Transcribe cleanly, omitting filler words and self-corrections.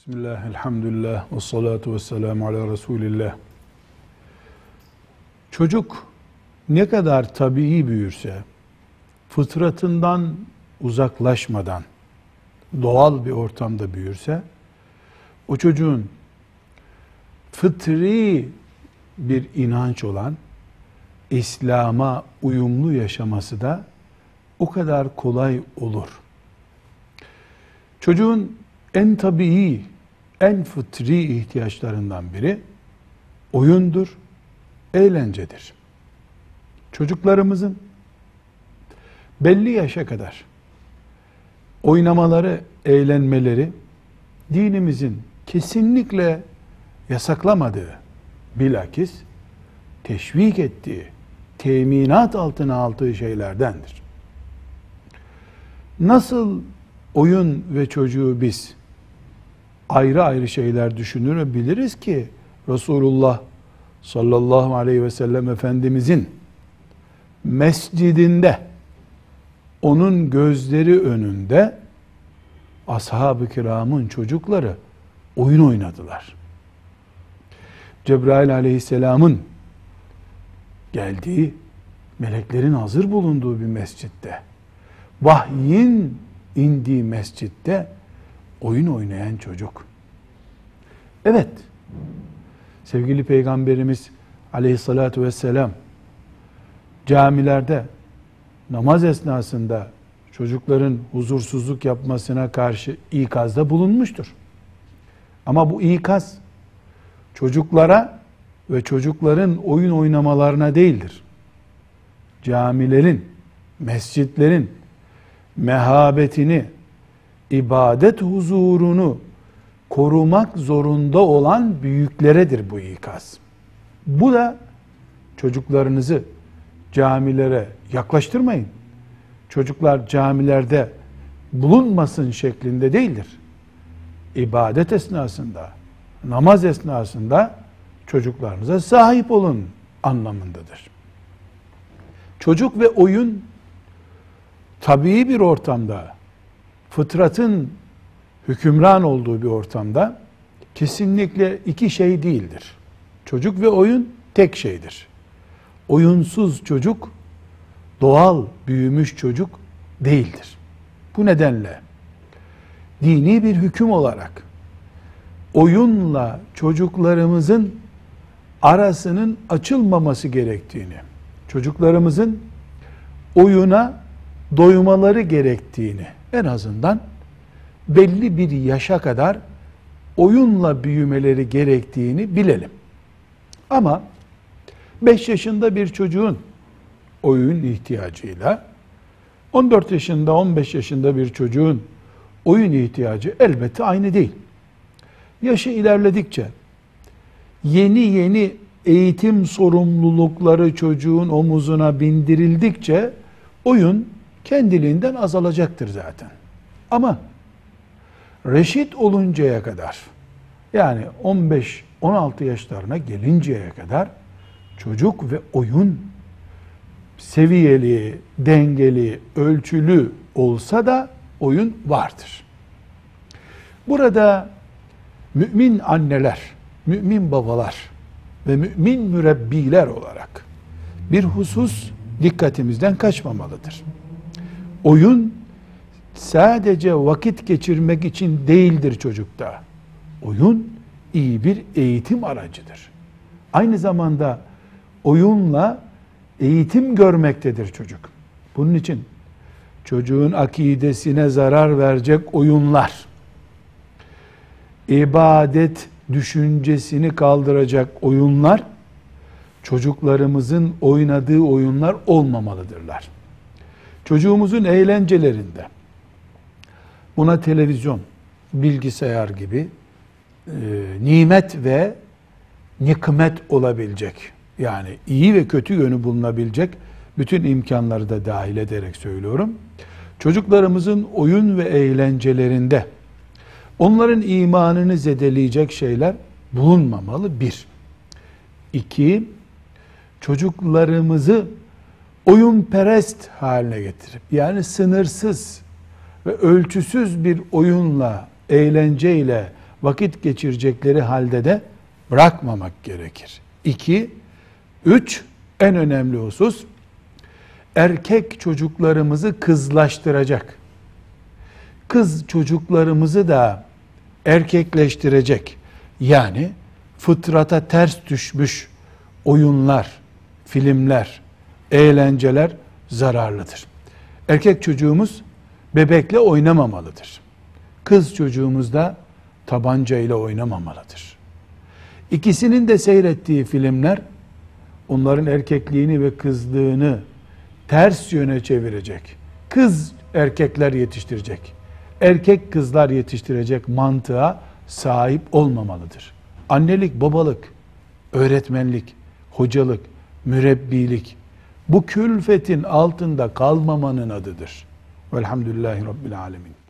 Bismillah, elhamdülillah, ve salatu ve selamu ala Resulillah. Çocuk ne kadar tabii büyürse, fıtratından uzaklaşmadan, doğal bir ortamda büyürse, o çocuğun fıtri bir inanç olan İslam'a uyumlu yaşaması da o kadar kolay olur. Çocuğun en tabii, en fıtri ihtiyaçlarından biri oyundur, eğlencedir. Çocuklarımızın belli yaşa kadar oynamaları, eğlenmeleri dinimizin kesinlikle yasaklamadığı, bilakis teşvik ettiği, teminat altına aldığı şeylerdendir. Nasıl oyun ve çocuğu biz ayrı ayrı şeyler düşünür ve biliriz ki Resulullah sallallahu aleyhi ve sellem Efendimizin mescidinde onun gözleri önünde ashab-ı kiramın çocukları oyun oynadılar. Cebrail aleyhisselamın geldiği, meleklerin hazır bulunduğu bir mescitte, vahyin indiği mescitte oyun oynayan çocuk. Evet, sevgili Peygamberimiz aleyhissalatu vesselam camilerde namaz esnasında çocukların huzursuzluk yapmasına karşı ikazda bulunmuştur. Ama bu ikaz çocuklara ve çocukların oyun oynamalarına değildir. Camilerin, mescitlerin mehabetini, ibadet huzurunu korumak zorunda olan büyükleredir bu ikaz. Bu da çocuklarınızı camilere yaklaştırmayın, çocuklar camilerde bulunmasın şeklinde değildir. İbadet esnasında, namaz esnasında çocuklarınıza sahip olun anlamındadır. Çocuk ve oyun tabii bir ortamda, fıtratın hükümran olduğu bir ortamda kesinlikle iki şey değildir. Çocuk ve oyun tek şeydir. Oyunsuz çocuk, doğal büyümüş çocuk değildir. Bu nedenle dini bir hüküm olarak oyunla çocuklarımızın arasının açılmaması gerektiğini, çocuklarımızın oyuna doymaları gerektiğini, en azından belli bir yaşa kadar oyunla büyümeleri gerektiğini bilelim. Ama 5 yaşında bir çocuğun oyun ihtiyacıyla 14 yaşında, 15 yaşında bir çocuğun oyun ihtiyacı elbette aynı değil. Yaşı ilerledikçe, yeni eğitim sorumlulukları çocuğun omuzuna bindirildikçe oyun kendiliğinden azalacaktır zaten. Ama reşit oluncaya kadar, yani 15-16 yaşlarına gelinceye kadar çocuk ve oyun seviyeli, dengeli, ölçülü olsa da oyun vardır. Burada mümin anneler, mümin babalar ve mümin mürebbiler olarak bir husus dikkatimizden kaçmamalıdır. Oyun sadece vakit geçirmek için değildir çocukta. Oyun iyi bir eğitim aracıdır. Aynı zamanda oyunla eğitim görmektedir çocuk. Bunun için çocuğun akidesine zarar verecek oyunlar, ibadet düşüncesini kaldıracak oyunlar, çocuklarımızın oynadığı oyunlar olmamalıdırlar. Çocuğumuzun eğlencelerinde, buna televizyon, bilgisayar gibi nimet ve nikmet olabilecek, yani iyi ve kötü yönü bulunabilecek bütün imkanları da dahil ederek söylüyorum. Çocuklarımızın oyun ve eğlencelerinde onların imanını zedeleyecek şeyler bulunmamalı. 1. 2. Çocuklarımızı oyunperest haline getirip, yani sınırsız ve ölçüsüz bir oyunla, eğlenceyle vakit geçirecekleri halde de bırakmamak gerekir. 2, 3, en önemli husus, erkek çocuklarımızı kızlaştıracak, kız çocuklarımızı da erkekleştirecek, yani fıtrata ters düşmüş oyunlar, filmler, eğlenceler zararlıdır. Erkek çocuğumuz bebekle oynamamalıdır. Kız çocuğumuz da tabanca ile oynamamalıdır. İkisinin de seyrettiği filmler onların erkekliğini ve kızlığını ters yöne çevirecek. Kız erkekler yetiştirecek, erkek kızlar yetiştirecek mantığa sahip olmamalıdır. Annelik, babalık, öğretmenlik, hocalık, mürebbilik bu külfetin altında kalmamanın adıdır. Velhamdülillahi Rabbil Alemin.